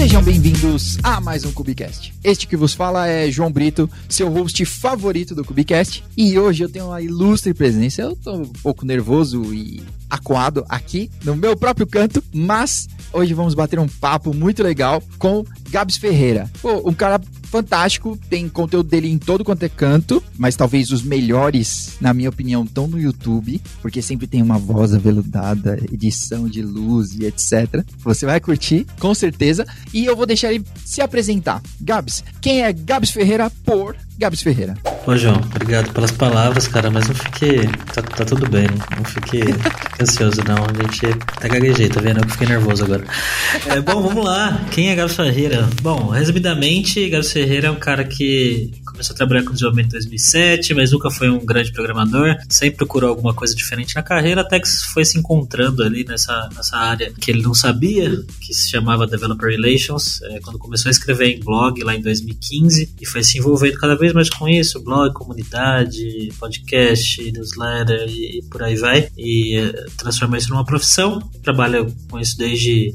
Sejam bem-vindos a mais um Cubicast. Este que vos fala é João Brito, seu host favorito do Cubicast. E hoje eu tenho uma ilustre presença. Eu tô um pouco nervoso e acuado aqui no meu próprio canto, mas hoje vamos bater um papo muito legal com Gabs Ferreira. Pô, um cara fantástico, tem conteúdo dele em todo quanto é canto, mas talvez os melhores, na minha opinião, estão no YouTube, porque sempre tem uma voz aveludada, edição de luz e etc. Você vai curtir, com certeza, e eu vou deixar ele se apresentar. Gabs, quem é Gabs Ferreira por Gabs Ferreira? Ô João, obrigado pelas palavras, cara, mas não fique... Tá tudo bem, não fique ansioso não, a gente até gaguejei, tá vendo? Eu fiquei nervoso agora. Bom, vamos lá, quem é Gabs Ferreira? Bom, resumidamente, Gabs Ferreira é um cara que começou a trabalhar com desenvolvimento em 2007, mas nunca foi um grande programador, sempre procurou alguma coisa diferente na carreira, até que foi se encontrando ali nessa área que ele não sabia, que se chamava Developer Relations, quando começou a escrever em blog lá em 2015, e foi se envolvendo cada vez mais com isso, blog, comunidade, podcast, newsletter e por aí vai, e transformou isso numa profissão. Trabalho com isso desde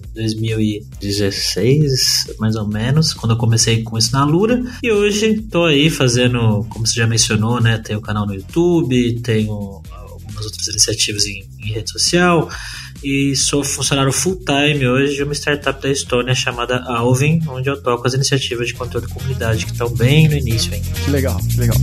2016, mais ou menos, quando eu comecei com isso na Alura, e hoje tô aí fazendo, como você já mencionou, né, tenho o canal no YouTube, tenho algumas outras iniciativas em rede social, e sou funcionário full-time hoje de uma startup da Estônia chamada Alvin, onde eu toco as iniciativas de conteúdo de comunidade que estão bem no início ainda. Que legal, que legal.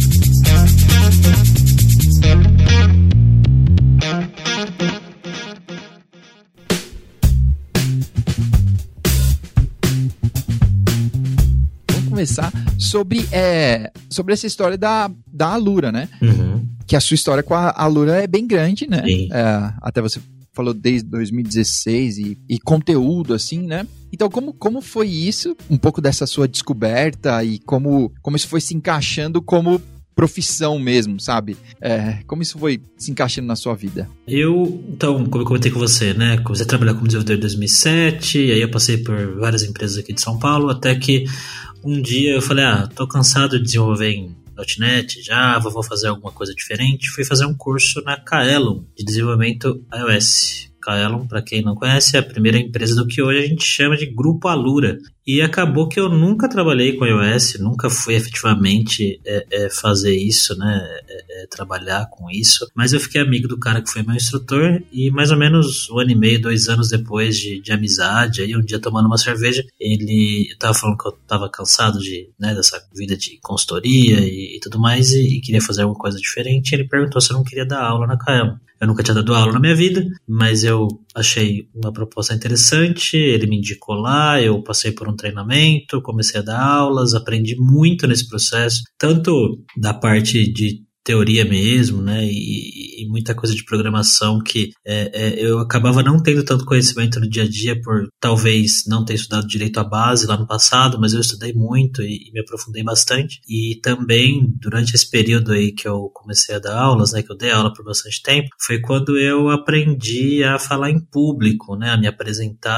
Vamos começar sobre essa história da Alura, né? Uhum. Que a sua história com a Alura é bem grande, né? Sim. Até você falou desde 2016 e conteúdo, assim, né? Então, como foi isso? Um pouco dessa sua descoberta e como isso foi se encaixando como profissão mesmo, sabe? Como isso foi se encaixando na sua vida? Então, como eu comentei com você, né? Comecei a trabalhar como desenvolvedor em 2007, e aí eu passei por várias empresas aqui de São Paulo, até que um dia eu falei, tô cansado de desenvolver em .NET, Java, vou fazer alguma coisa diferente. Fui fazer um curso na Kaelon de desenvolvimento iOS. Kaelon, para quem não conhece, é a primeira empresa do que hoje a gente chama de Grupo Alura. E acabou que eu nunca trabalhei com iOS, nunca fui efetivamente fazer isso, né, trabalhar com isso. Mas eu fiquei amigo do cara que foi meu instrutor e mais ou menos 1 ano e meio, 2 anos depois de amizade, aí um dia tomando uma cerveja, eu tava falando que eu tava cansado dessa vida de consultoria e tudo mais e queria fazer alguma coisa diferente. Ele perguntou se eu não queria dar aula na Kaelon. Eu nunca tinha dado aula na minha vida, mas eu achei uma proposta interessante, ele me indicou lá, eu passei por um treinamento, comecei a dar aulas, aprendi muito nesse processo, tanto da parte de teoria mesmo, né, e muita coisa de programação que eu acabava não tendo tanto conhecimento no dia a dia por talvez não ter estudado direito à base lá no passado, mas eu estudei muito e me aprofundei bastante. E também durante esse período aí que eu comecei a dar aulas, né, que eu dei aula por bastante tempo, foi quando eu aprendi a falar em público, né, a me apresentar,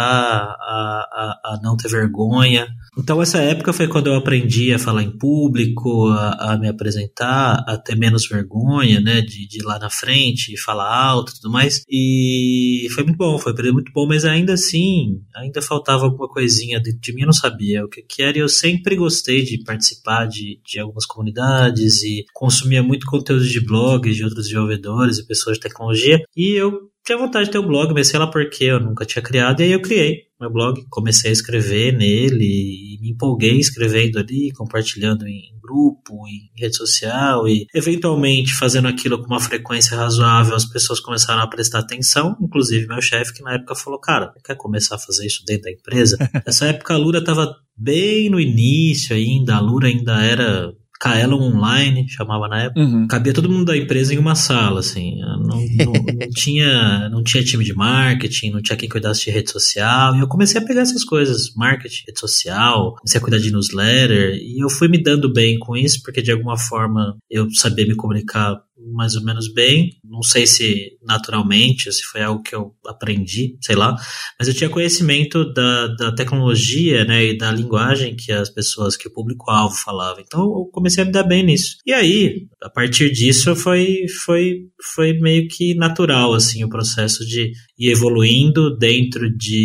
a não ter vergonha. Então essa época foi quando eu aprendi a falar em público, a me apresentar, a ter menos vergonha, né, de ir lá na frente e falar alto e tudo mais, e foi muito bom, foi um período muito bom, mas ainda assim, ainda faltava alguma coisinha dentro de mim, eu não sabia o que era, e eu sempre gostei de participar de algumas comunidades e consumia muito conteúdo de blogs de outros desenvolvedores e pessoas de tecnologia, e eu tinha vontade de ter um blog, mas sei lá por que eu nunca tinha criado, e aí eu criei meu blog, comecei a escrever nele e me empolguei escrevendo ali, compartilhando em grupo, em rede social e eventualmente fazendo aquilo com uma frequência razoável, as pessoas começaram a prestar atenção, inclusive meu chefe que na época falou, cara, quer começar a fazer isso dentro da empresa? Nessa época a Alura estava bem no início ainda, a Alura ainda era Kaelon Online, chamava na época. Uhum. Cabia todo mundo da empresa em uma sala, assim. Não tinha time de marketing, não tinha quem cuidasse de rede social. E eu comecei a pegar essas coisas, marketing, rede social, comecei a cuidar de newsletter. E eu fui me dando bem com isso, porque de alguma forma eu sabia me comunicar mais ou menos bem, não sei se naturalmente, se foi algo que eu aprendi, sei lá, mas eu tinha conhecimento da tecnologia, né, e da linguagem que as pessoas, que o público-alvo falava, então eu comecei a me dar bem nisso. E aí, a partir disso, foi meio que natural, assim, o processo de ir evoluindo dentro de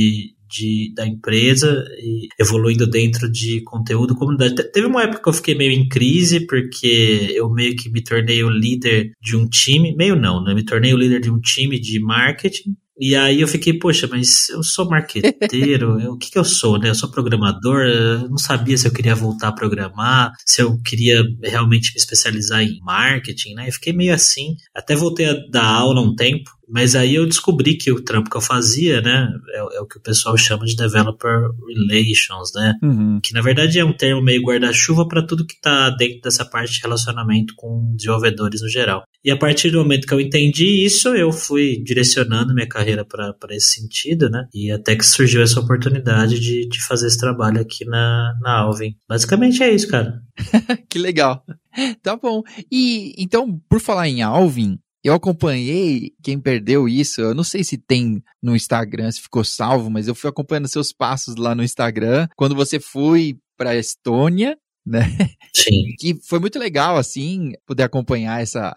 da empresa e evoluindo dentro de conteúdo, comunidade. Teve uma época que eu fiquei meio em crise, porque eu meio que me tornei o líder de um time, meio não, né? Me tornei o líder de um time de marketing. E aí eu fiquei, poxa, mas eu sou marqueteiro, o que eu sou, né? Eu sou programador, eu não sabia se eu queria voltar a programar, se eu queria realmente me especializar em marketing, né? Eu fiquei meio assim, até voltei a dar aula um tempo, mas aí eu descobri que o trampo que eu fazia, né, é o que o pessoal chama de Developer Relations, né? Uhum. Que na verdade é um termo meio guarda-chuva para tudo que está dentro dessa parte de relacionamento com desenvolvedores no geral. E a partir do momento que eu entendi isso, eu fui direcionando minha carreira para esse sentido, né? E até que surgiu essa oportunidade de fazer esse trabalho aqui na Alvin. Basicamente é isso, cara. Que legal. Tá bom. E então, por falar em Alvin, eu acompanhei, quem perdeu isso, eu não sei se tem no Instagram, se ficou salvo, mas eu fui acompanhando seus passos lá no Instagram, quando você foi para a Estônia, né? Sim. Que foi muito legal, assim, poder acompanhar essa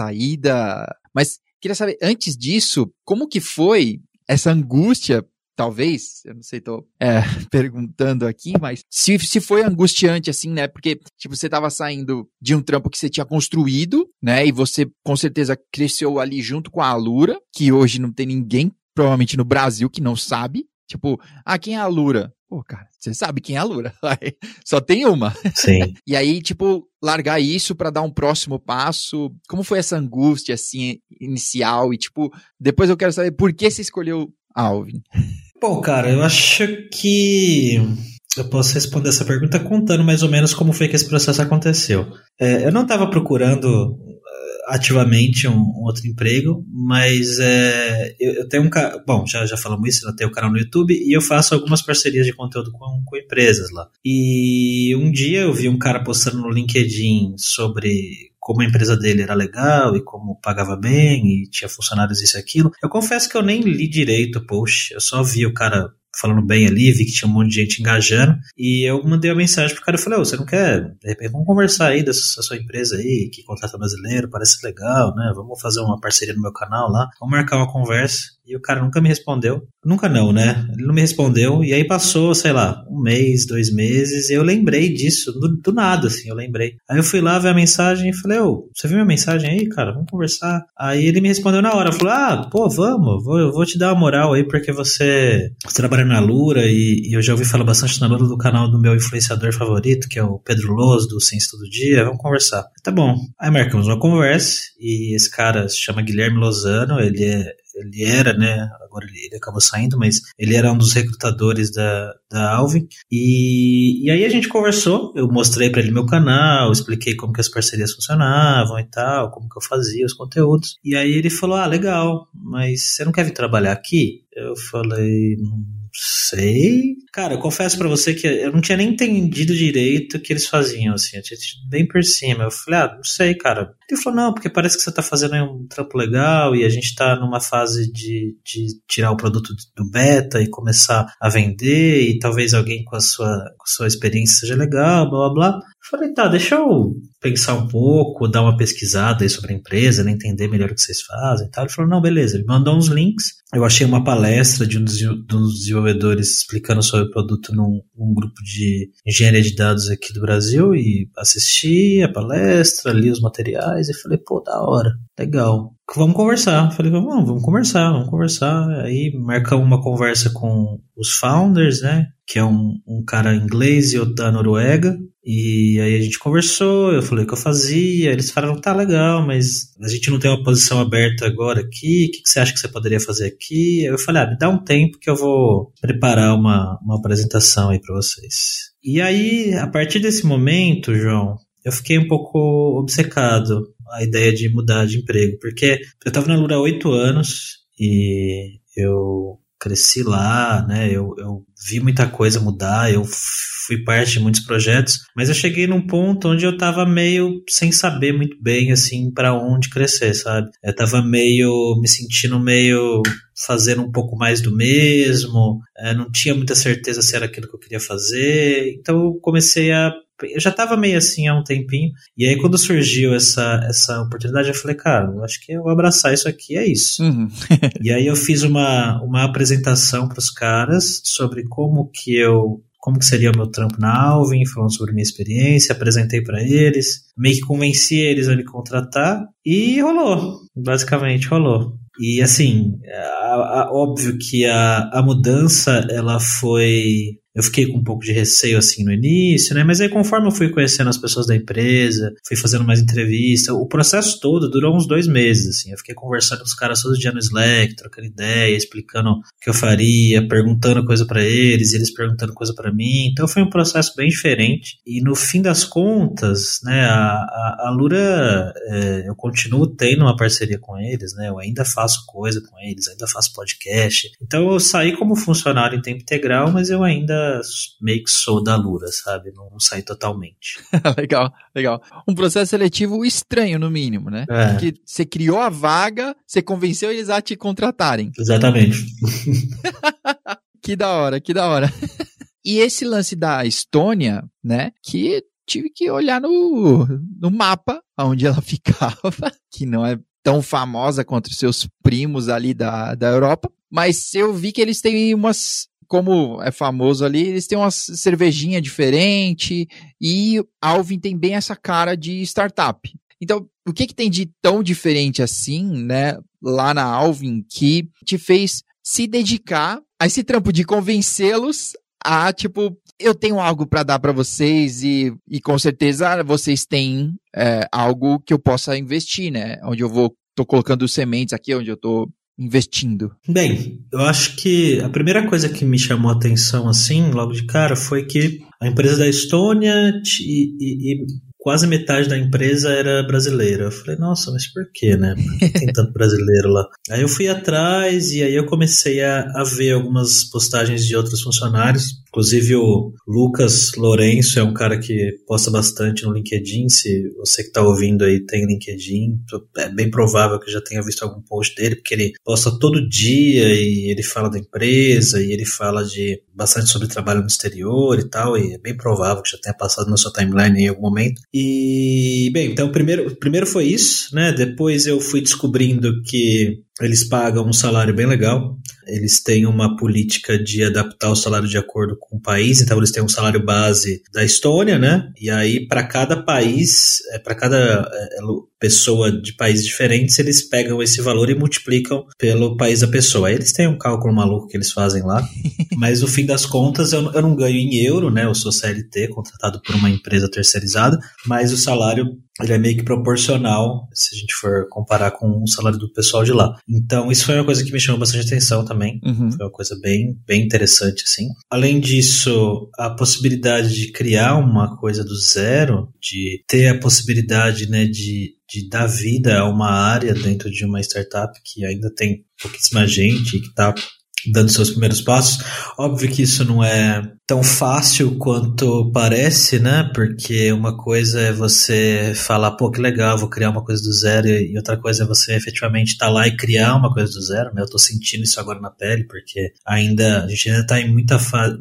saída. Mas queria saber, antes disso, como que foi essa angústia? Talvez, eu não sei, tô perguntando aqui, mas se foi angustiante assim, né, porque, tipo, você tava saindo de um trampo que você tinha construído, né, e você com certeza cresceu ali junto com a Alura, que hoje não tem ninguém, provavelmente no Brasil, que não sabe, tipo, quem é a Alura? Pô, cara, você sabe quem é a Alura, só tem uma. Sim. E aí, tipo, largar isso pra dar um próximo passo, como foi essa angústia, assim, inicial, e tipo, depois eu quero saber por que você escolheu Alvin. Bom, cara, eu acho que eu posso responder essa pergunta contando mais ou menos como foi que esse processo aconteceu. Eu não estava procurando ativamente um outro emprego, mas eu tenho bom, já falamos isso, eu tenho um canal no YouTube e eu faço algumas parcerias de conteúdo com empresas lá. E um dia eu vi um cara postando no LinkedIn sobre como a empresa dele era legal e como pagava bem e tinha funcionários isso e aquilo. Eu confesso que eu nem li direito o post, eu só vi o cara falando bem ali, vi que tinha um monte de gente engajando, e eu mandei uma mensagem pro cara e falei, você não quer, de repente, vamos conversar aí da sua empresa aí, que contrata brasileiro, parece legal, né, vamos fazer uma parceria no meu canal lá, vamos marcar uma conversa. E o cara nunca me respondeu. Nunca não, né? Ele não me respondeu. E aí passou, sei lá, 1 mês, 2 meses. E eu lembrei disso, do nada, assim, eu lembrei. Aí eu fui lá ver a mensagem e falei, você viu minha mensagem aí, cara? Vamos conversar. Aí ele me respondeu na hora. Falou, pô, vamos. Eu vou te dar uma moral aí, porque você trabalha na Alura. E eu já ouvi falar bastante na Alura do canal do meu influenciador favorito, que é o Pedro Loz, do Ciência Todo Dia. Vamos conversar. Tá bom. Aí marcamos uma conversa. E esse cara se chama Guilherme Lozano. Ele era, né, agora ele acabou saindo, mas ele era um dos recrutadores da Alvin, e aí a gente conversou, eu mostrei pra ele meu canal, expliquei como que as parcerias funcionavam e tal, como que eu fazia os conteúdos, e aí ele falou, legal, mas você não quer vir trabalhar aqui? Eu falei, não sei. Cara, eu confesso pra você que eu não tinha nem entendido direito o que eles faziam, assim, eu tinha tido bem por cima. Eu falei, não sei, cara. Ele falou, não, porque parece que você tá fazendo aí um trampo legal e a gente tá numa fase de tirar o produto do beta e começar a vender e talvez alguém com a sua experiência seja legal, blá, blá, blá. Eu falei, tá, deixa eu pensar um pouco, dar uma pesquisada aí sobre a empresa, né, entender melhor o que vocês fazem e tal. Ele falou, não, beleza. Ele mandou uns links. Eu achei uma palestra de um dos desenvolvedores explicando sobre o produto num grupo de engenharia de dados aqui do Brasil e assisti a palestra, li os materiais e falei, pô, da hora, legal. Vamos conversar. Falei, vamos conversar. Aí marcamos uma conversa com os founders, né, que é um cara inglês e outro da Noruega. E aí a gente conversou, eu falei o que eu fazia, eles falaram, tá legal, mas a gente não tem uma posição aberta agora aqui, o que você acha que você poderia fazer aqui? Aí eu falei, me dá um tempo que eu vou preparar uma apresentação aí pra vocês. E aí, a partir desse momento, João, eu fiquei um pouco obcecado a ideia de mudar de emprego, porque eu tava na Alura há 8 anos e eu cresci lá, né, eu vi muita coisa mudar, eu fui parte de muitos projetos, mas eu cheguei num ponto onde eu tava meio sem saber muito bem, assim, pra onde crescer, sabe? Eu tava me sentindo meio fazendo um pouco mais do mesmo, não tinha muita certeza se era aquilo que eu queria fazer, então eu comecei a eu já tava meio assim há um tempinho, e aí quando surgiu essa oportunidade, eu falei, cara, eu acho que eu vou abraçar isso aqui, é isso. E aí eu fiz uma apresentação pros caras sobre como que seria o meu trampo na Alvin, falando sobre minha experiência, apresentei pra eles, meio que convenci eles a me contratar e rolou, basicamente rolou. E assim, óbvio que a mudança, ela foi... Eu fiquei com um pouco de receio assim no início, né? Mas aí conforme eu fui conhecendo as pessoas da empresa, fui fazendo mais entrevistas, o processo todo durou uns 2 meses, assim. Eu fiquei conversando com os caras todo dia no Slack, trocando ideia, explicando o que eu faria, perguntando coisa pra eles, e eles perguntando coisa pra mim. Então foi um processo bem diferente. E no fim das contas, né, a Alura, eu continuo tendo uma parceria com eles, né? Eu ainda faço coisa com eles, ainda faço podcast. Então eu saí como funcionário em tempo integral, mas eu ainda meio que sou da Alura, sabe? Não saí totalmente. Legal. Um processo seletivo estranho, no mínimo, né? Porque você criou a vaga, você convenceu eles a te contratarem. Exatamente. Que da hora. E esse lance da Estônia, né? Que tive que olhar no mapa onde ela ficava, que não é tão famosa quanto os seus primos ali da Europa, mas eu vi que eles têm umas... Como é famoso ali, eles têm uma cervejinha diferente e Alvin tem bem essa cara de startup. Então, o que tem de tão diferente assim, né, lá na Alvin, que te fez se dedicar a esse trampo de convencê-los a, tipo, eu tenho algo para dar para vocês e com certeza vocês têm algo que eu possa investir, né, onde tô colocando sementes aqui, onde eu tô investindo? Bem, eu acho que a primeira coisa que me chamou a atenção, assim, logo de cara, foi que a empresa da Estônia e quase metade da empresa era brasileira. Eu falei, nossa, mas por quê, né? Por que tem tanto brasileiro lá? Aí eu fui atrás e aí eu comecei a ver algumas postagens de outros funcionários. Inclusive o Lucas Lourenço é um cara que posta bastante no LinkedIn. Se você que está ouvindo aí tem LinkedIn, é bem provável que já tenha visto algum post dele, porque ele posta todo dia e ele fala da empresa e ele fala bastante sobre trabalho no exterior e tal, e é bem provável que já tenha passado na sua timeline em algum momento. E, bem, então primeiro foi isso, né? Depois eu fui descobrindo que eles pagam um salário bem legal. Eles têm uma política de adaptar o salário de acordo com o país, então eles têm um salário base da Estônia, né? E aí para cada país, para cada pessoa de países diferentes, eles pegam esse valor e multiplicam pelo país da pessoa. Aí eles têm um cálculo maluco que eles fazem lá, mas no fim das contas eu não ganho em euro, né? Eu sou CLT, contratado por uma empresa terceirizada, mas o salário ele é meio que proporcional se a gente for comparar com o salário do pessoal de lá. Então isso foi uma coisa que me chamou bastante atenção também. Foi uma coisa bem, bem interessante, assim. Além disso, a possibilidade de criar uma coisa do zero, de ter a possibilidade, né, de dar vida a uma área dentro de uma startup que ainda tem pouquíssima gente e que está dando seus primeiros passos. Óbvio que isso não é tão fácil quanto parece, né? Porque uma coisa é você falar, pô, que legal, vou criar uma coisa do zero, e outra coisa é você efetivamente estar lá e criar uma coisa do zero, né? Eu tô sentindo isso agora na pele, porque a gente ainda tá em muita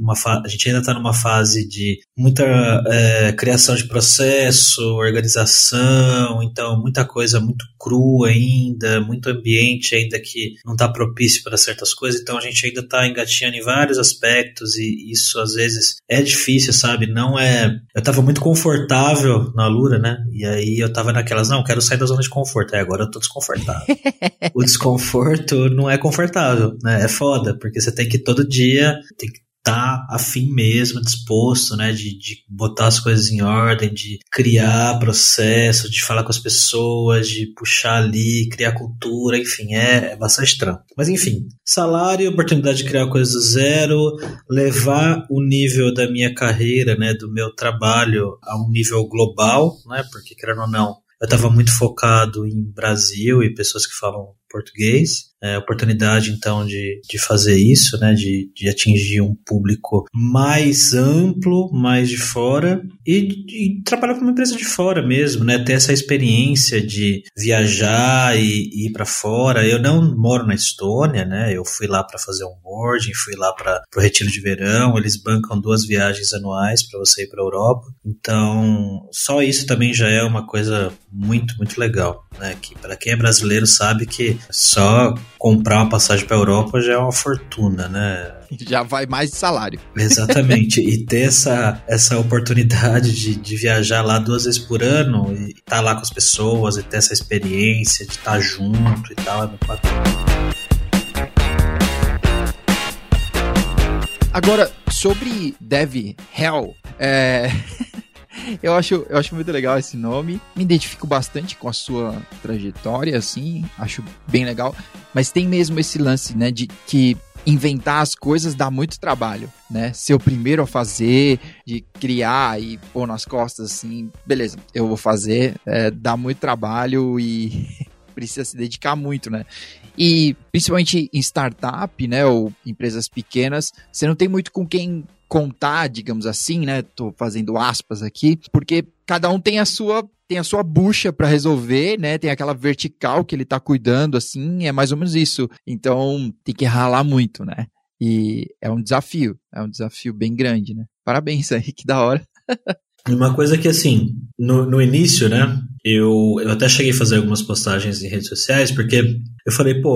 a gente ainda tá numa fase de muita criação de processo, organização, então muita coisa muito crua ainda, muito ambiente ainda que não tá propício para certas coisas, então a gente ainda tá engatinhando em vários aspectos, e isso às vezes é difícil, sabe? Não é... Eu tava muito confortável na Alura, né? E aí eu tava naquelas, não, quero sair da zona de conforto. Aí agora eu tô desconfortável. O desconforto não é confortável, né? É foda, porque você tem que todo dia, tem que tá afim mesmo, disposto, né, de botar as coisas em ordem, de criar processo, de falar com as pessoas, de puxar ali, criar cultura, enfim, é bastante trampo. Mas enfim, salário, oportunidade de criar coisas do zero, levar o nível da minha carreira, né, do meu trabalho a um nível global, né, porque querendo ou não, eu estava muito focado em Brasil e pessoas que falam português. Oportunidade, então, de fazer isso, né, de atingir um público mais amplo, mais de fora, e trabalhar com uma empresa de fora mesmo, né, ter essa experiência de viajar e ir para fora. Eu não moro na Estônia, né, eu fui lá para fazer um onboarding, fui lá para o retiro de verão, eles bancam 2 viagens anuais para você ir para a Europa, então só isso também já é uma coisa muito, muito legal, né, que para quem é brasileiro sabe que só comprar uma passagem para a Europa já é uma fortuna, né? Já vai mais de salário. Exatamente. E ter essa oportunidade de viajar lá 2 vezes por ano e estar lá com as pessoas e ter essa experiência de estar junto e tal, é muito bacana. Agora, sobre DevHel, Eu acho muito legal esse nome. Me identifico bastante com a sua trajetória, assim. Acho bem legal. Mas tem mesmo esse lance, né? De que inventar as coisas dá muito trabalho, né? Ser o primeiro a fazer, de criar e pôr nas costas, assim. Beleza, eu vou fazer. Dá muito trabalho e precisa se dedicar muito, né? E principalmente em startup, né? Ou empresas pequenas, você não tem muito com quem contar, digamos assim, né? Tô fazendo aspas aqui, porque cada um tem a sua bucha para resolver, né? Tem aquela vertical que ele tá cuidando, assim, é mais ou menos isso. Então, tem que ralar muito, né? E é um desafio bem grande, né? Parabéns aí, que da hora. Uma coisa que, assim, no início, né, eu até cheguei a fazer algumas postagens em redes sociais, porque eu falei, pô,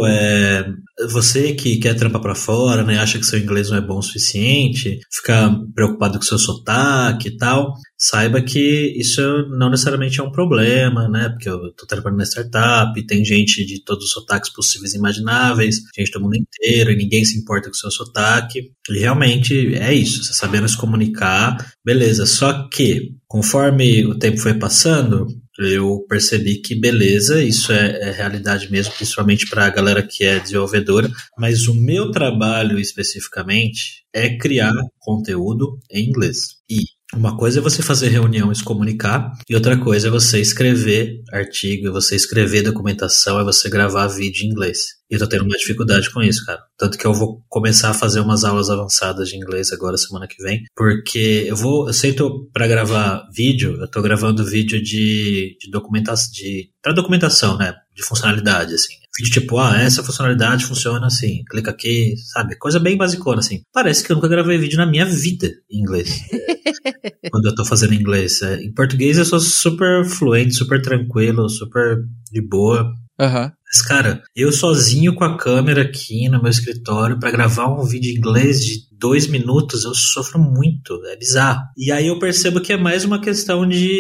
você que quer trampar pra fora, né, acha que seu inglês não é bom o suficiente, fica preocupado com seu sotaque e tal, saiba que isso não necessariamente é um problema, né, porque eu tô trabalhando na startup, tem gente de todos os sotaques possíveis e imagináveis, gente do mundo inteiro, e ninguém se importa com o seu sotaque, e realmente é isso, você sabendo se comunicar, beleza, só que conforme o tempo foi passando, eu percebi que beleza, isso é realidade mesmo, principalmente para a galera que é desenvolvedora, mas o meu trabalho especificamente é criar conteúdo em inglês. E uma coisa é você fazer reunião e se comunicar, e outra coisa é você escrever artigo, é você escrever documentação, é você gravar vídeo em inglês. E eu tô tendo uma dificuldade com isso, cara. Tanto que eu vou começar a fazer umas aulas avançadas de inglês agora, semana que vem, porque eu sei para gravar vídeo, eu tô gravando vídeo de documentação, pra documentação, né, de funcionalidade, assim. Vídeo tipo, essa funcionalidade funciona assim, clica aqui, sabe? Coisa bem basicona, assim. Parece que eu nunca gravei vídeo na minha vida em inglês. Quando eu tô fazendo inglês. Em português eu sou super fluente, super tranquilo, super de boa. Uhum. Mas, cara, eu sozinho com a câmera aqui no meu escritório pra gravar um vídeo em inglês de 2 minutos, eu sofro muito, é bizarro. E aí eu percebo que é mais uma questão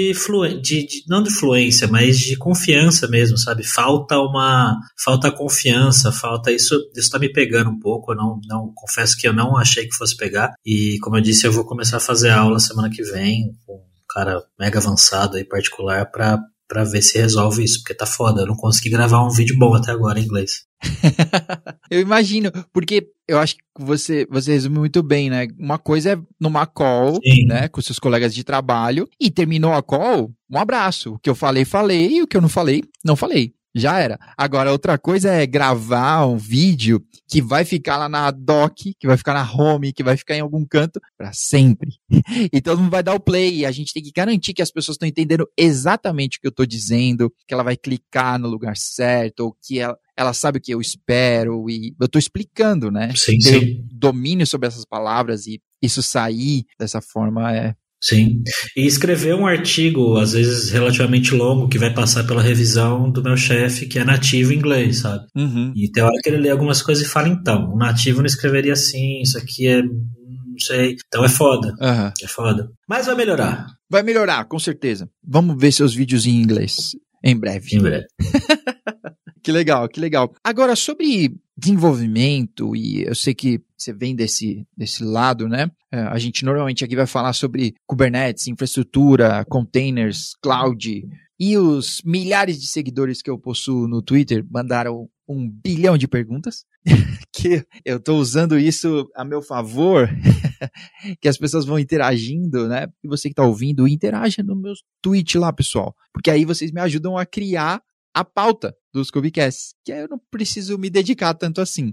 não de fluência, mas de confiança mesmo, sabe? Falta confiança, falta isso tá me pegando um pouco, eu não confesso que eu não achei que fosse pegar, e como eu disse, eu vou começar a fazer aula semana que vem com um cara mega avançado aí, particular, pra ver se resolve isso, porque tá foda, eu não consegui gravar um vídeo bom até agora em inglês. Eu imagino, porque eu acho que você resume muito bem, né? Uma coisa é numa call, sim, né, com seus colegas de trabalho, e terminou a call, um abraço. O que eu falei, e o que eu não falei, não falei. Já era. Agora, outra coisa é gravar um vídeo que vai ficar lá na doc, que vai ficar na home, que vai ficar em algum canto pra sempre. E todo mundo vai dar o play. E a gente tem que garantir que as pessoas estão entendendo exatamente o que eu tô dizendo, que ela vai clicar no lugar certo, ou que ela sabe o que eu espero. E eu tô explicando, né? Sim, ter sim. Domínio sobre essas palavras e isso sair dessa forma Sim, e escrever um artigo, às vezes relativamente longo, que vai passar pela revisão do meu chefe, que é nativo em inglês, sabe? Uhum. E tem hora que ele lê algumas coisas e fala, então, o nativo não escreveria assim, isso aqui não sei. Então é foda, É foda. Mas vai melhorar. Vai melhorar, com certeza. Vamos ver seus vídeos em inglês em breve. Em breve. Que legal, que legal. Agora, sobre desenvolvimento, e eu sei que você vem desse lado, né? A gente normalmente aqui vai falar sobre Kubernetes, infraestrutura, containers, cloud, e os milhares de seguidores que eu possuo no Twitter mandaram 1 bilhão de perguntas, que eu estou usando isso a meu favor, que as pessoas vão interagindo, né? E você que está ouvindo, interaja no meu tweet lá, pessoal, porque aí vocês me ajudam a criar a pauta dos Kubicasts, que aí eu não preciso me dedicar tanto assim.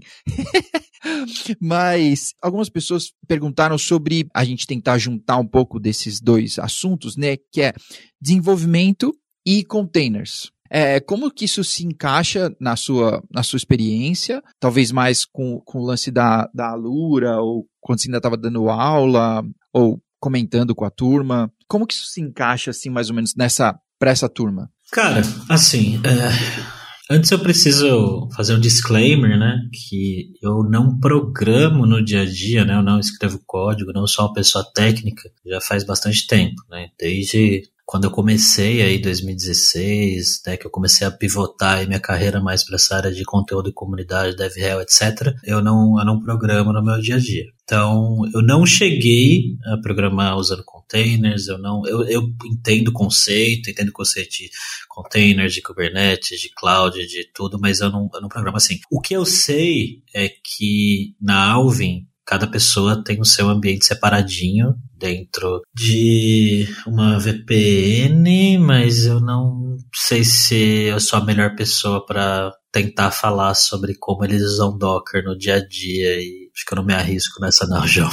Mas algumas pessoas perguntaram sobre a gente tentar juntar um pouco desses dois assuntos, né? Que é desenvolvimento e containers. Como que isso se encaixa na sua experiência? Talvez mais com o lance da Alura, ou quando você ainda estava dando aula, ou comentando com a turma. Como que isso se encaixa, assim, mais ou menos para essa turma? Cara, assim, antes eu preciso fazer um disclaimer, né, que eu não programo no dia a dia, né, eu não escrevo código, não sou uma pessoa técnica, já faz bastante tempo, né, desde quando eu comecei aí em 2016, né, que eu comecei a pivotar aí minha carreira mais para essa área de conteúdo e comunidade, DevRel, etc., eu não programo no meu dia a dia. Então, eu não cheguei a programar usando containers, eu entendo o conceito de containers, de Kubernetes, de cloud, de tudo, mas eu não programo assim. O que eu sei é que na Alvin, cada pessoa tem o seu ambiente separadinho dentro de uma VPN, mas eu não sei se eu sou a melhor pessoa para tentar falar sobre como eles usam Docker no dia a dia, e acho que eu não me arrisco nessa não, João.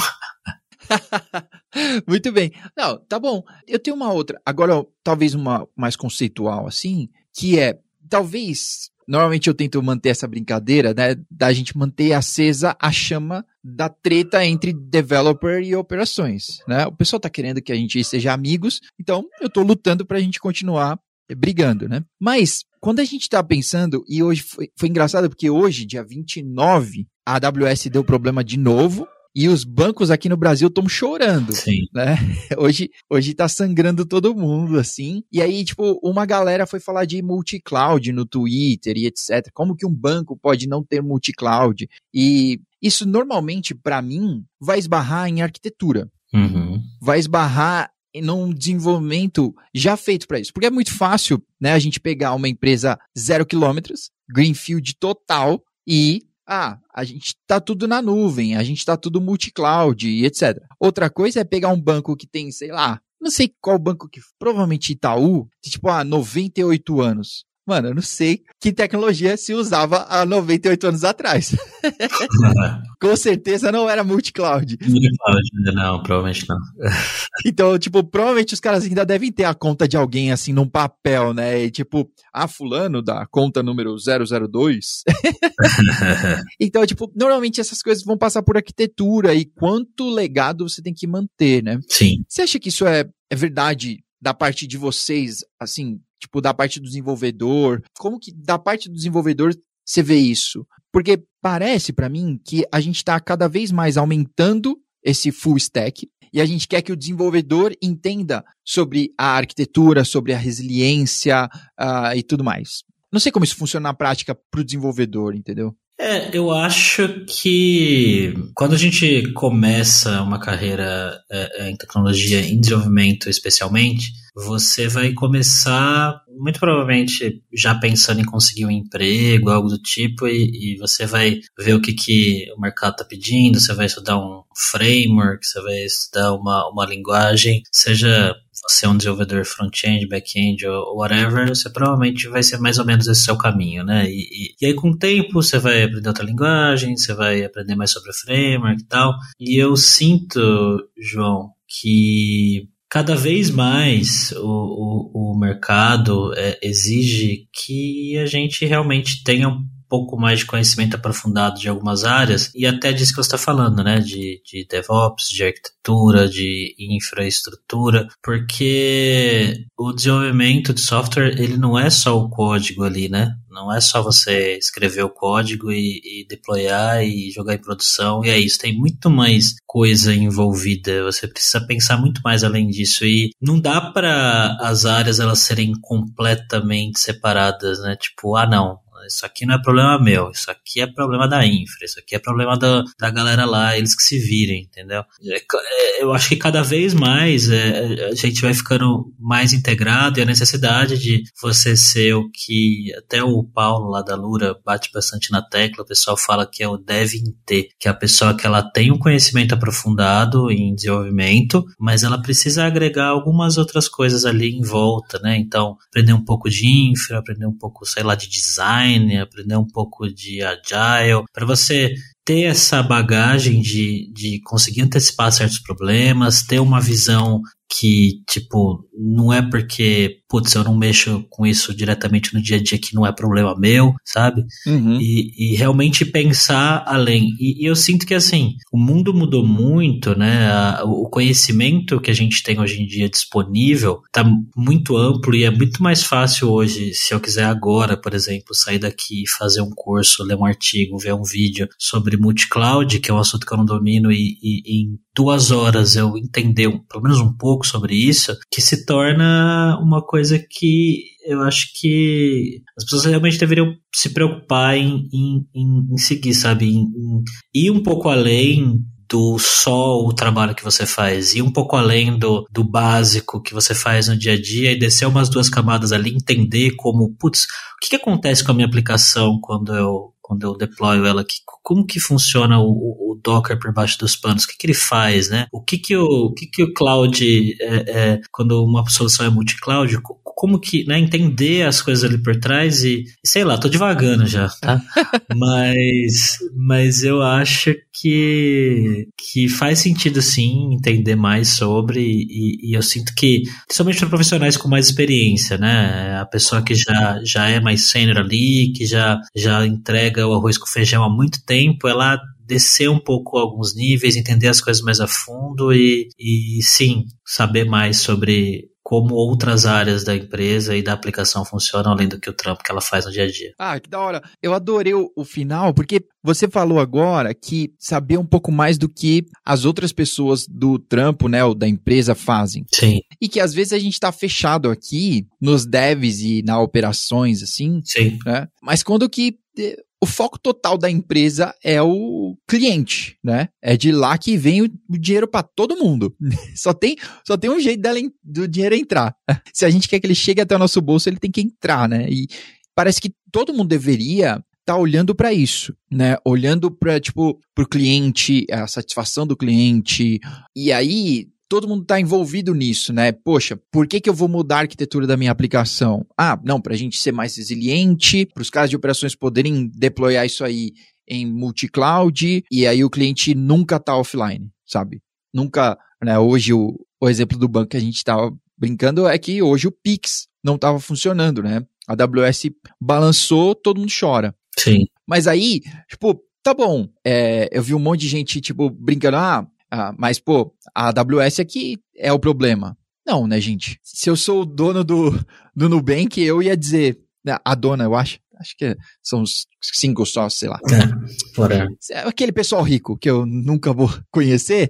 Muito bem. Não, tá bom. Eu tenho uma outra, agora talvez uma mais conceitual assim, que é, talvez, normalmente eu tento manter essa brincadeira, né, da gente manter acesa a chama da treta entre developer e operações, né? O pessoal tá querendo que a gente seja amigos, então eu tô lutando pra gente continuar brigando, né? Mas, quando a gente tá pensando, e hoje foi engraçado porque hoje, dia 29, a AWS deu problema de novo, e os bancos aqui no Brasil estão chorando, Sim, né? Hoje tá sangrando todo mundo, assim. E aí, tipo, uma galera foi falar de multi-cloud no Twitter e etc. Como que um banco pode não ter multi-cloud? E isso, normalmente, para mim, vai esbarrar em arquitetura. Uhum. Vai esbarrar num desenvolvimento já feito para isso. Porque é muito fácil, né, a gente pegar uma empresa 0 quilômetros, greenfield total, e a gente tá tudo na nuvem, a gente tá tudo multi-cloud e etc. Outra coisa é pegar um banco que tem, sei lá, não sei qual banco que, provavelmente Itaú, de tipo, 98 anos. Mano, eu não sei que tecnologia se usava há 98 anos atrás. Com certeza não era multi-cloud. Não, provavelmente não. Então, tipo, provavelmente os caras ainda devem ter a conta de alguém, assim, num papel, né? E, tipo, fulano da conta número 002. Então, tipo, normalmente essas coisas vão passar por arquitetura e quanto legado você tem que manter, né? Sim. Você acha que isso é verdade da parte de vocês, assim, tipo, da parte do desenvolvedor? Como que da parte do desenvolvedor você vê isso? Porque parece pra mim que a gente tá cada vez mais aumentando esse full stack e a gente quer que o desenvolvedor entenda sobre a arquitetura, sobre a resiliência e tudo mais. Não sei como isso funciona na prática pro desenvolvedor, entendeu? Eu acho que quando a gente começa uma carreira em tecnologia, em desenvolvimento especialmente, você vai começar, muito provavelmente, já pensando em conseguir um emprego, algo do tipo, e você vai ver o que o mercado está pedindo, você vai estudar um framework, você vai estudar uma linguagem, seja você é um desenvolvedor front-end, back-end ou whatever, você provavelmente vai ser mais ou menos esse seu caminho, né? E aí com o tempo você vai aprender outra linguagem, você vai aprender mais sobre o framework e tal. E eu sinto, João, que cada vez mais o mercado exige que a gente realmente tenha um pouco mais de conhecimento aprofundado de algumas áreas, e até disso que você está falando, né, de DevOps, de arquitetura, de infraestrutura, porque o desenvolvimento de software, ele não é só o código ali, né, não é só você escrever o código e deployar e jogar em produção, e é isso, tem muito mais coisa envolvida, você precisa pensar muito mais além disso, e não dá para as áreas elas serem completamente separadas, né, tipo, não, isso aqui não é problema meu, isso aqui é problema da infra, isso aqui é problema da galera lá, eles que se virem, entendeu? Eu acho que cada vez mais a gente vai ficando mais integrado, e a necessidade de você ser o que até o Paulo lá da Lura bate bastante na tecla, o pessoal fala que é o dev in T, que é a pessoa que ela tem um conhecimento aprofundado em desenvolvimento, mas ela precisa agregar algumas outras coisas ali em volta, né? Então, aprender um pouco de infra, aprender um pouco, sei lá, de design, aprender um pouco de agile, para você ter essa bagagem de conseguir antecipar certos problemas, ter uma visão que, tipo, não é porque, putz, eu não mexo com isso diretamente no dia a dia que não é problema meu, sabe? Uhum. E realmente pensar além. E eu sinto que, assim, o mundo mudou muito, né? O conhecimento que a gente tem hoje em dia disponível tá muito amplo e é muito mais fácil hoje, se eu quiser agora, por exemplo, sair daqui e fazer um curso, ler um artigo, ver um vídeo sobre multi-cloud, que é um assunto que eu não domino, e em 2 horas eu entender pelo menos um pouco sobre isso, que se torna uma coisa que eu acho que as pessoas realmente deveriam se preocupar em seguir, sabe? Em ir um pouco além do só o trabalho que você faz, ir um pouco além do básico que você faz no dia a dia e descer umas 2 camadas ali, entender como, putz, o que acontece com a minha aplicação quando eu deployo ela aqui, como que funciona o Docker por baixo dos panos, o que ele faz, né? O que o cloud, quando uma solução é multi-cloud, como que, né, entender as coisas ali por trás e sei lá, tô devagando já, tá? mas eu acho que faz sentido sim entender mais sobre e eu sinto que, principalmente para profissionais com mais experiência, né? A pessoa que já é mais sênior ali, que já entrega o arroz com feijão há muito tempo, ela descer um pouco alguns níveis, entender as coisas mais a fundo e sim, saber mais sobre como outras áreas da empresa e da aplicação funcionam, além do que o trampo que ela faz no dia a dia. Ah, que da hora. Eu adorei o final, porque você falou agora que saber um pouco mais do que as outras pessoas do trampo, né, ou da empresa fazem. Sim. E que às vezes a gente tá fechado aqui nos devs e nas operações, assim. Sim. Né? Mas quando que o foco total da empresa é o cliente, né? É de lá que vem o dinheiro para todo mundo. Só tem um jeito do dinheiro entrar. Se a gente quer que ele chegue até o nosso bolso, ele tem que entrar, né? E parece que todo mundo deveria estar olhando para isso, né? Olhando para, tipo, pro cliente, a satisfação do cliente. E aí todo mundo está envolvido nisso, né? Poxa, por que eu vou mudar a arquitetura da minha aplicação? Ah, não, para a gente ser mais resiliente, para os caras de operações poderem deployar isso aí em multi-cloud, e aí o cliente nunca está offline, sabe? Nunca, né? Hoje o exemplo do banco que a gente estava brincando é que hoje o Pix não estava funcionando, né? A AWS balançou, todo mundo chora. Sim. Mas aí, tipo, tá bom, eu vi um monte de gente, tipo, brincando, mas, pô, a AWS aqui é o problema. Não, né, gente? Se eu sou o dono do Nubank, eu ia dizer, a dona, eu acho que são uns 5 sócios, sei lá. Aquele pessoal rico que eu nunca vou conhecer,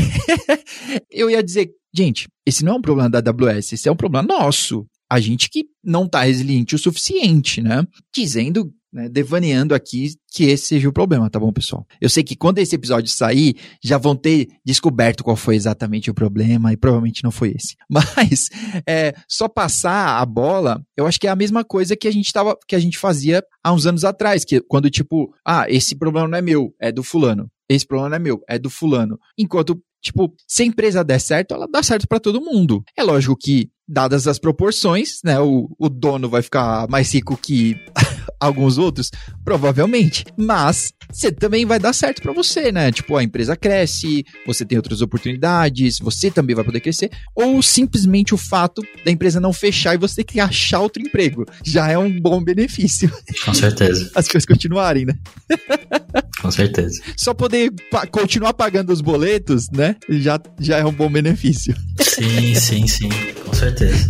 eu ia dizer, gente, esse não é um problema da AWS, esse é um problema nosso. A gente que não tá resiliente o suficiente, né? Dizendo, né, devaneando aqui que esse seja o problema, tá bom, pessoal? Eu sei que quando esse episódio sair, já vão ter descoberto qual foi exatamente o problema e provavelmente não foi esse. Mas, só passar a bola, eu acho que é a mesma coisa que a gente fazia há uns anos atrás, que quando tipo, esse problema não é meu, é do fulano. Esse problema não é meu, é do fulano. Enquanto, tipo, se a empresa der certo, ela dá certo pra todo mundo. É lógico que, dadas as proporções, né, o dono vai ficar mais rico que alguns outros, provavelmente, mas você também vai dar certo pra você, né? Tipo, a empresa cresce, você tem outras oportunidades, você também vai poder crescer, ou simplesmente o fato da empresa não fechar e você ter que achar outro emprego, já é um bom benefício. Com certeza. As coisas continuarem, né? Com certeza. Só poder continuar pagando os boletos, né? Já é um bom benefício. Sim. Com certeza.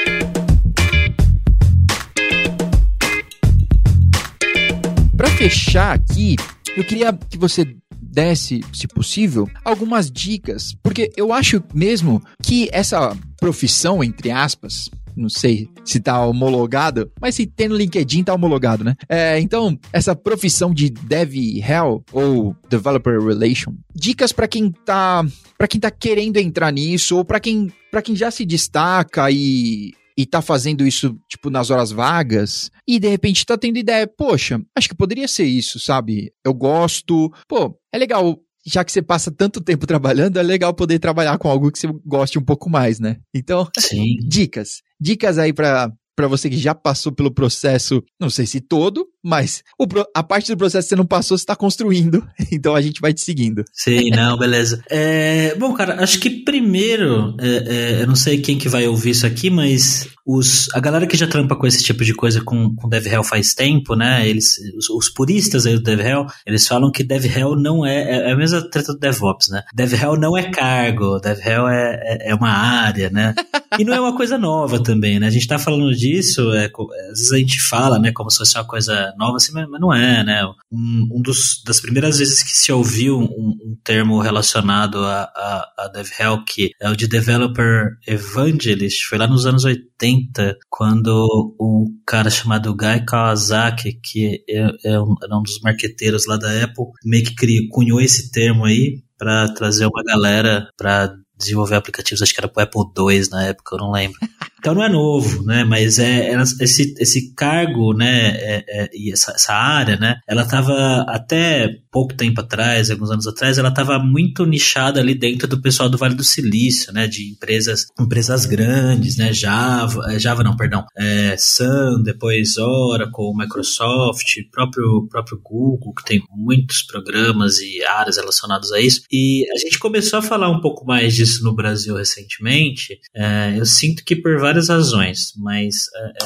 Para fechar aqui, eu queria que você desse, se possível, algumas dicas, porque eu acho mesmo que essa profissão, entre aspas, não sei se tá homologado, mas se tem no LinkedIn tá homologado, né? Então, essa profissão de DevRel ou Developer Relation, dicas para quem tá querendo entrar nisso, ou para quem já se destaca e tá fazendo isso, tipo, nas horas vagas, e de repente tá tendo ideia, poxa, acho que poderia ser isso, sabe? Eu gosto, é legal, já que você passa tanto tempo trabalhando, é legal poder trabalhar com algo que você goste um pouco mais, né? Então, sim. Dicas aí pra você que já passou pelo processo, não sei se todo, mas a parte do processo que você não passou, você está construindo. Então a gente vai te seguindo. Sim, não, beleza. Bom, cara, acho que primeiro, eu não sei quem que vai ouvir isso aqui, mas a galera que já trampa com esse tipo de coisa com DevRel faz tempo, né? Os puristas aí do DevRel, eles falam que DevRel não é a mesma treta do DevOps, né? DevRel não é cargo, DevRel é uma área, né? E não é uma coisa nova também, né? A gente tá falando disso, às vezes a gente fala, né, como se fosse uma coisa nova, assim, mas não é, né? Das primeiras vezes que se ouviu um termo relacionado a DevRel, que é o de Developer Evangelist, foi lá nos anos 80, quando um cara chamado Guy Kawasaki, que era um dos marqueteiros lá da Apple, meio que cunhou esse termo aí para trazer uma galera para desenvolver aplicativos, acho que era pro Apple II na época, eu não lembro. Então não é novo, né, mas esse cargo, né, e essa área, né, ela estava até pouco tempo atrás, alguns anos atrás, ela estava muito nichada ali dentro do pessoal do Vale do Silício, né, de empresas grandes, né, Sun, depois Oracle, Microsoft, próprio Google, que tem muitos programas e áreas relacionadas a isso, e a gente começou a falar um pouco mais disso no Brasil recentemente. Eu sinto que por várias razões, mas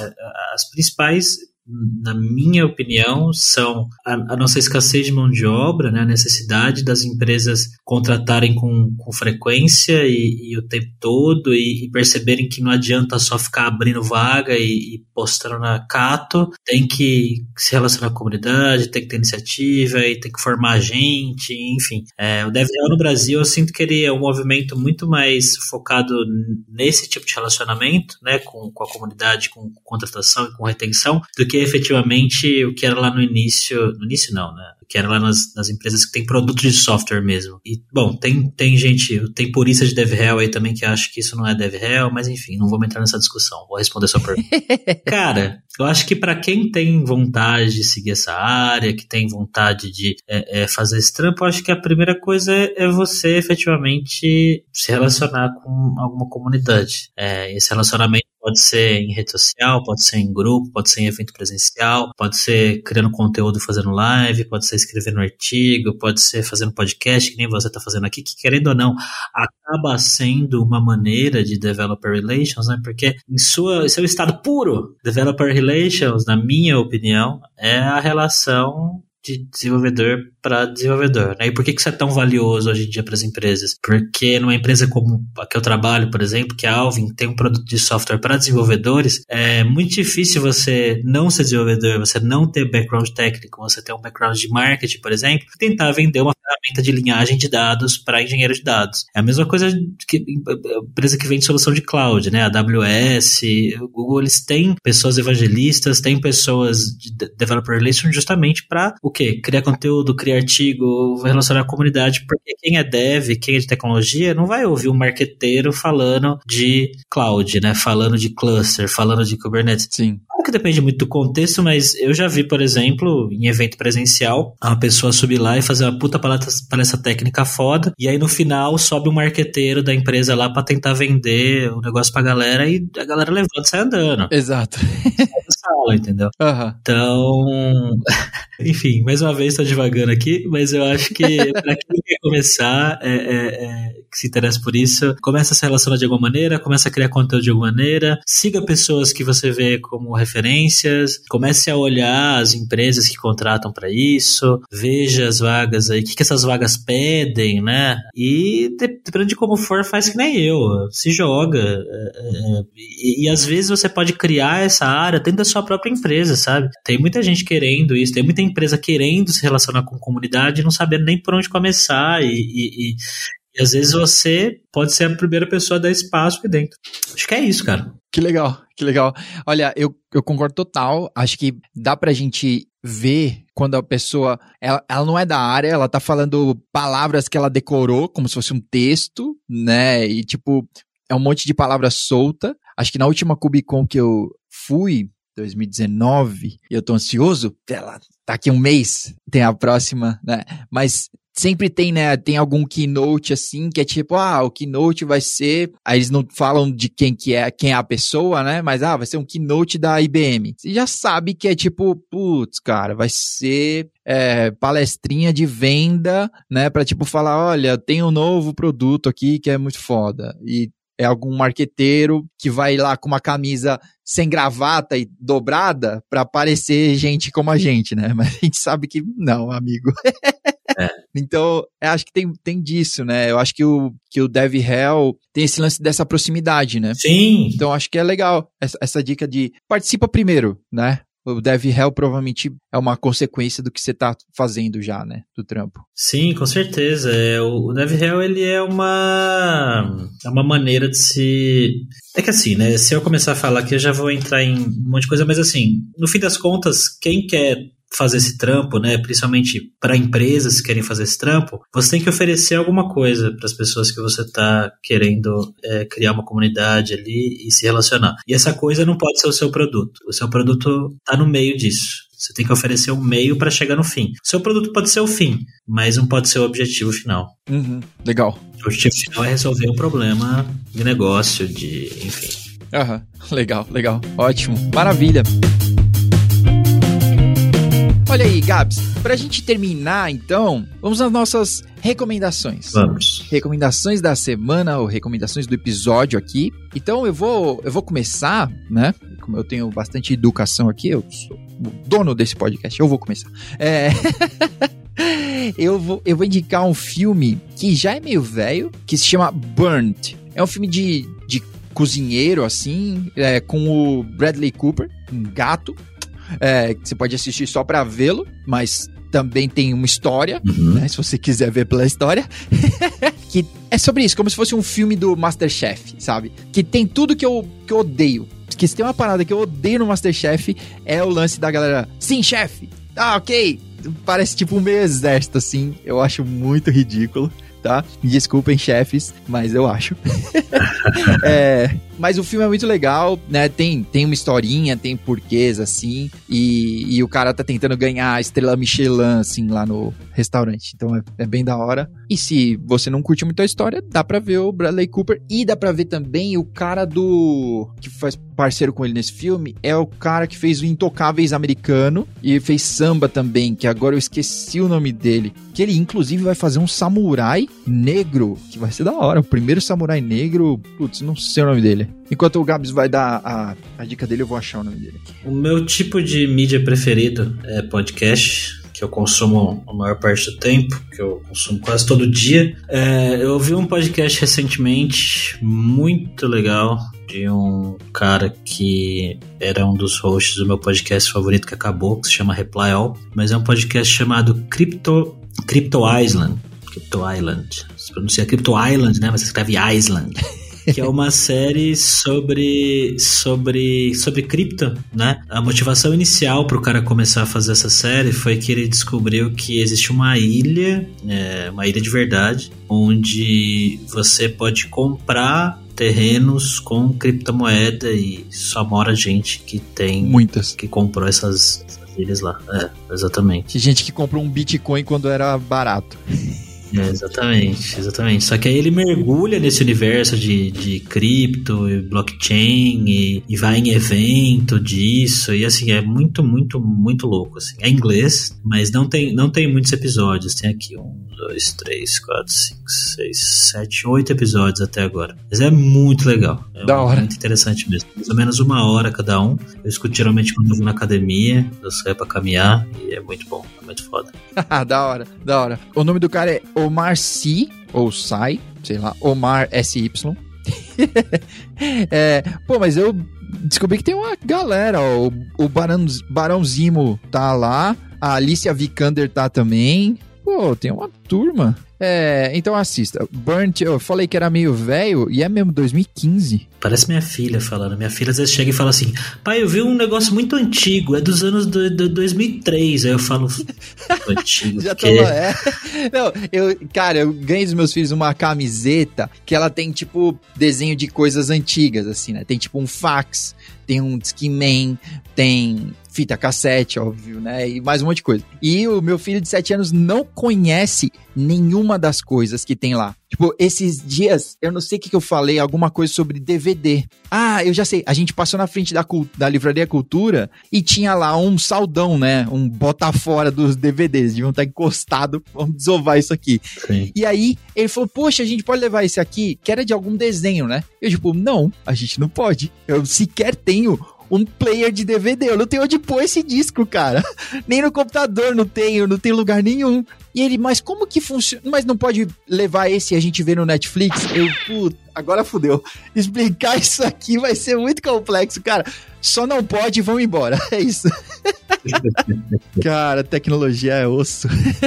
as principais, na minha opinião, são a nossa escassez de mão de obra, né, a necessidade das empresas contratarem com frequência e o tempo todo e perceberem que não adianta só ficar abrindo vaga e postando na Cato, tem que se relacionar com a comunidade, tem que ter iniciativa e tem que formar gente, enfim. O DevRel no Brasil, eu sinto que ele é um movimento muito mais focado nesse tipo de relacionamento, né, com a comunidade, com contratação e com retenção, do que efetivamente o que era lá no início não, né? O que era lá nas empresas que tem produto de software mesmo. E, bom, tem purista de DevRel aí também que acha que isso não é DevRel, mas enfim, não vou entrar nessa discussão, vou responder a sua pergunta. Cara, eu acho que para quem tem vontade de seguir essa área, que tem vontade de fazer esse trampo, eu acho que a primeira coisa é você efetivamente se relacionar com alguma comunidade. Esse relacionamento pode ser em rede social, pode ser em grupo, pode ser em evento presencial, pode ser criando conteúdo, fazendo live, pode ser escrevendo artigo, pode ser fazendo podcast, que nem você está fazendo aqui, que querendo ou não, acaba sendo uma maneira de Developer Relations, né? Porque em seu estado puro, Developer Relations, na minha opinião, é a relação de desenvolvedor para desenvolvedor, né? E por que isso é tão valioso hoje em dia para as empresas? Porque numa empresa como a que eu trabalho, por exemplo, que a Alvin tem um produto de software para desenvolvedores, é muito difícil você não ser desenvolvedor, você não ter background técnico, você ter um background de marketing, por exemplo, e tentar vender uma ferramenta de linhagem de dados para engenheiro de dados. É a mesma coisa que a empresa que vende solução de cloud, né? A AWS, o Google, eles têm pessoas evangelistas, têm pessoas de developer relations justamente para o quê? Criar conteúdo, criar artigo, relacionar a comunidade, porque quem é dev, quem é de tecnologia, não vai ouvir um marqueteiro falando de cloud, né? Falando de cluster, falando de Kubernetes. Sim. Claro que depende muito do contexto, mas eu já vi, por exemplo, em evento presencial, uma pessoa subir lá e fazer uma puta palestra técnica foda, e aí no final sobe um marqueteiro da empresa lá pra tentar vender o negócio pra galera, e a galera levanta e sai andando. Exato. Sala, entendeu? Uhum. Então, enfim, mais uma vez estou divagando aqui, mas eu acho que para quem quer começar, que se interessa por isso, começa a se relacionar de alguma maneira, começa a criar conteúdo de alguma maneira, siga pessoas que você vê como referências, comece a olhar as empresas que contratam para isso, veja as vagas aí, o que essas vagas pedem, né? E dependendo de como for, faz que nem eu, se joga. E às vezes você pode criar essa área dentro da sua própria empresa, sabe? Tem muita gente querendo isso, tem muita empresa querendo se relacionar com comunidade e não sabendo nem por onde começar e E às vezes você pode ser a primeira pessoa a dar espaço aqui dentro. Acho que é isso, cara. Que legal, que legal. Olha, eu concordo total. Acho que dá pra gente ver quando a pessoa, ela não é da área, ela tá falando palavras que ela decorou, como se fosse um texto, né? E tipo, é um monte de palavra solta. Acho que na última KubeCon que eu fui, 2019, eu tô ansioso, ela tá aqui um mês, tem a próxima, né? Mas sempre tem, né, tem algum keynote assim, que é tipo, o keynote vai ser, aí eles não falam de quem é a pessoa, né, mas vai ser um keynote da IBM. Você já sabe que é tipo, putz, cara, vai ser palestrinha de venda, né, pra tipo falar, olha, tem um novo produto aqui que é muito foda, e é algum marqueteiro que vai lá com uma camisa sem gravata e dobrada pra parecer gente como a gente, né? Mas a gente sabe que não, amigo. Então, eu acho que tem disso, né? Eu acho que o Dev Hell tem esse lance dessa proximidade, né? Sim. Então, acho que é legal essa dica de participa primeiro, né? O Dev Hell provavelmente é uma consequência do que você tá fazendo já, né? Do trampo. Sim, com certeza. O Dev Hell, ele é uma maneira de se... É que assim, né? Se eu começar a falar aqui, eu já vou entrar em um monte de coisa, mas assim, no fim das contas, quem quer fazer esse trampo, né, principalmente para empresas que querem fazer esse trampo, você tem que oferecer alguma coisa para as pessoas que você está querendo criar uma comunidade ali e se relacionar. E essa coisa não pode ser o seu produto. O seu produto está no meio disso. Você tem que oferecer um meio para chegar no fim. O seu produto pode ser o fim, mas não pode ser o objetivo final. Uhum, legal. O objetivo final é resolver um problema de negócio, enfim. Legal. Ótimo. Maravilha. Olha aí, Gabs, pra gente terminar, então, vamos às nossas recomendações. Vamos. Recomendações da semana, ou recomendações do episódio aqui. Então, eu vou começar, né? Como eu tenho bastante educação aqui, eu sou o dono desse podcast, eu vou começar. Eu vou indicar um filme que já é meio velho, que se chama Burnt. É um filme de cozinheiro, assim, com o Bradley Cooper, um gato. Que você pode assistir só pra vê-lo, mas também tem uma história, né, se você quiser ver pela história, que é sobre isso, como se fosse um filme do MasterChef, sabe? Que tem tudo que eu odeio. Que se tem uma parada que eu odeio no MasterChef, é o lance da galera, sim, chefe, ok, parece tipo um meio exército, assim, eu acho muito ridículo. Tá? Me desculpem, chefes, mas eu acho. Mas o filme é muito legal, né? Tem uma historinha, tem porquês, assim, e o cara tá tentando ganhar a estrela Michelin, assim, lá no restaurante. Então é bem da hora. E se você não curte muito a história, dá pra ver o Bradley Cooper e dá pra ver também o cara que faz parceiro com ele nesse filme, é o cara que fez o Intocáveis americano e fez samba também, que agora eu esqueci o nome dele. Que ele, inclusive, vai fazer um samurai negro, que vai ser da hora. O primeiro samurai negro, putz, não sei o nome dele. Enquanto o Gabs vai dar a dica dele, eu vou achar o nome dele aqui. O meu tipo de mídia preferido é podcast, que eu consumo a maior parte do tempo, que eu consumo quase todo dia. Eu ouvi um podcast recentemente, muito legal, de um cara que era um dos hosts do meu podcast favorito que acabou, que se chama Reply All, mas é um podcast chamado Crypto Island. Se pronuncia Crypto Island, né? Mas se escreve Island. Que é uma série sobre cripto, né? A motivação inicial para o cara começar a fazer essa série foi que ele descobriu que existe uma ilha de verdade, onde você pode comprar terrenos com criptomoeda e só mora gente que tem... Muitas. Que comprou essas ilhas lá. Exatamente. Gente que comprou um Bitcoin quando era barato. Exatamente. Só que aí ele mergulha nesse universo de cripto e blockchain e vai em evento disso e assim, é muito, muito, muito louco, assim. É em inglês, mas não tem muitos episódios. Tem aqui 1, 2, 3, 4, 5, 6, 7, 8 episódios até agora. Mas é muito legal. Da hora. Muito interessante mesmo. Mais ou menos 1 hora cada um. Eu escuto geralmente quando eu vou na academia, eu saio pra caminhar e é muito bom. É muito foda. Da hora. O nome do cara é Omar Sy, ou Sai, sei lá, Omar SY. Mas eu descobri que tem uma galera, ó, o Barão Zimo tá lá, a Alicia Vikander tá também. Pô, tem uma turma. Então assista. Burnt, eu falei que era meio velho e é mesmo 2015. Parece minha filha falando. Minha filha às vezes chega e fala assim: pai, eu vi um negócio muito antigo, é dos anos 2003. Aí eu falo: antigo. Já tô lá, Não, eu ganhei dos meus filhos uma camiseta que ela tem tipo desenho de coisas antigas, assim, né? Tem tipo um fax, tem um Discman, tem fita cassete, óbvio, né? E mais um monte de coisa. E o meu filho de 7 anos não conhece nenhuma das coisas que tem lá. Tipo, esses dias, eu não sei o que eu falei, alguma coisa sobre DVD. Ah, eu já sei. A gente passou na frente da Livraria Cultura e tinha lá um saldão, né? Um bota fora dos DVDs. Deviam estar encostado. Vamos desovar isso aqui. Sim. E aí, ele falou, poxa, a gente pode levar esse aqui, que era de algum desenho, né? Eu, tipo, não, a gente não pode. Eu sequer tenho um player de DVD. Eu não tenho onde pôr esse disco, cara. Nem no computador não tenho lugar nenhum. E ele, mas como que funciona? Mas não pode levar esse e a gente ver no Netflix? Eu, puta, agora fudeu. Explicar isso aqui vai ser muito complexo, cara. Só não pode e vamos embora. É isso. Cara, tecnologia é osso.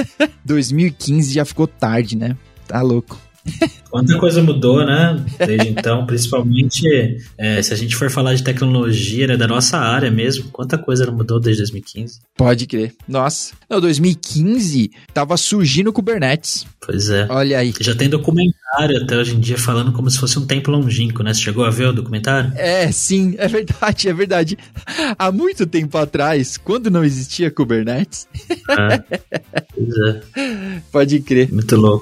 2015 já ficou tarde, né? Tá louco. Quanta coisa mudou, né? Desde então, principalmente se a gente for falar de tecnologia, né, da nossa área mesmo, quanta coisa mudou desde 2015. Pode crer. Nossa. Não, 2015 tava surgindo o Kubernetes. Pois é. Olha aí. Já tem documentário até hoje em dia falando como se fosse um tempo longínquo, né? Você chegou a ver o documentário? Sim, é verdade, é verdade. Há muito tempo atrás, quando não existia Kubernetes. Pois é. Pode crer. Muito louco.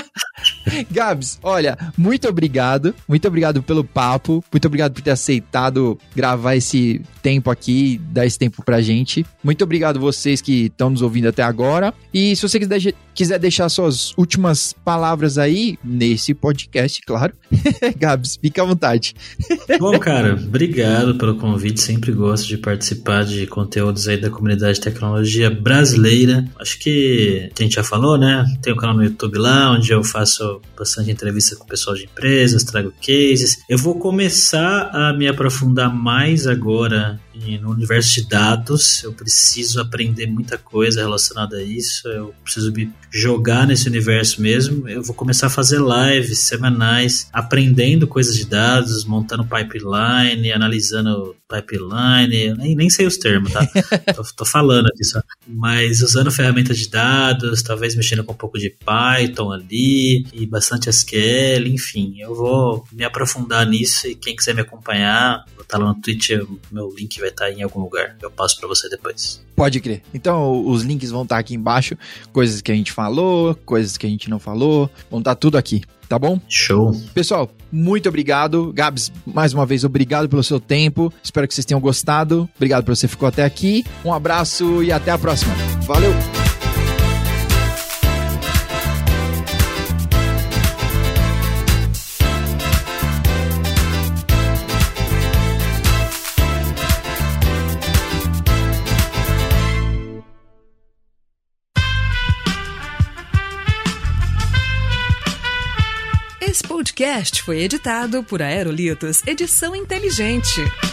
Gabs, olha, muito obrigado pelo papo, muito obrigado por ter aceitado gravar esse tempo aqui, dar esse tempo pra gente. Muito obrigado vocês que estão nos ouvindo até agora. E se você quiser deixar suas últimas palavras aí, nesse podcast, claro. Gabs, fica à vontade. Bom, cara, obrigado pelo convite, sempre gosto de participar de conteúdos aí da comunidade de tecnologia brasileira. Acho que a gente já falou, né? Tem um canal no YouTube lá, onde eu faço bastante entrevista com o pessoal de empresas, trago cases. Eu vou começar a me aprofundar mais agora no universo de dados. Eu preciso aprender muita coisa relacionada a isso, eu preciso me jogar nesse universo mesmo. Eu vou começar a fazer lives semanais, aprendendo coisas de dados, montando pipeline, analisando pipeline, nem sei os termos, tá? tô falando aqui só. Mas usando ferramentas de dados, talvez mexendo com um pouco de Python ali, e bastante SQL, enfim. Eu vou me aprofundar nisso e quem quiser me acompanhar, vou estar lá no Twitch, meu link vai estar em algum lugar. Eu passo pra você depois. Pode crer. Então os links vão estar aqui embaixo, coisas que a gente falou, coisas que a gente não falou, vão estar tudo aqui. Tá bom? Show. Pessoal, muito obrigado. Gabs, mais uma vez, obrigado pelo seu tempo. Espero que vocês tenham gostado. Obrigado por você ficou até aqui. Um abraço e até a próxima. Valeu! Esse podcast foi editado por Aerolitos Edição Inteligente.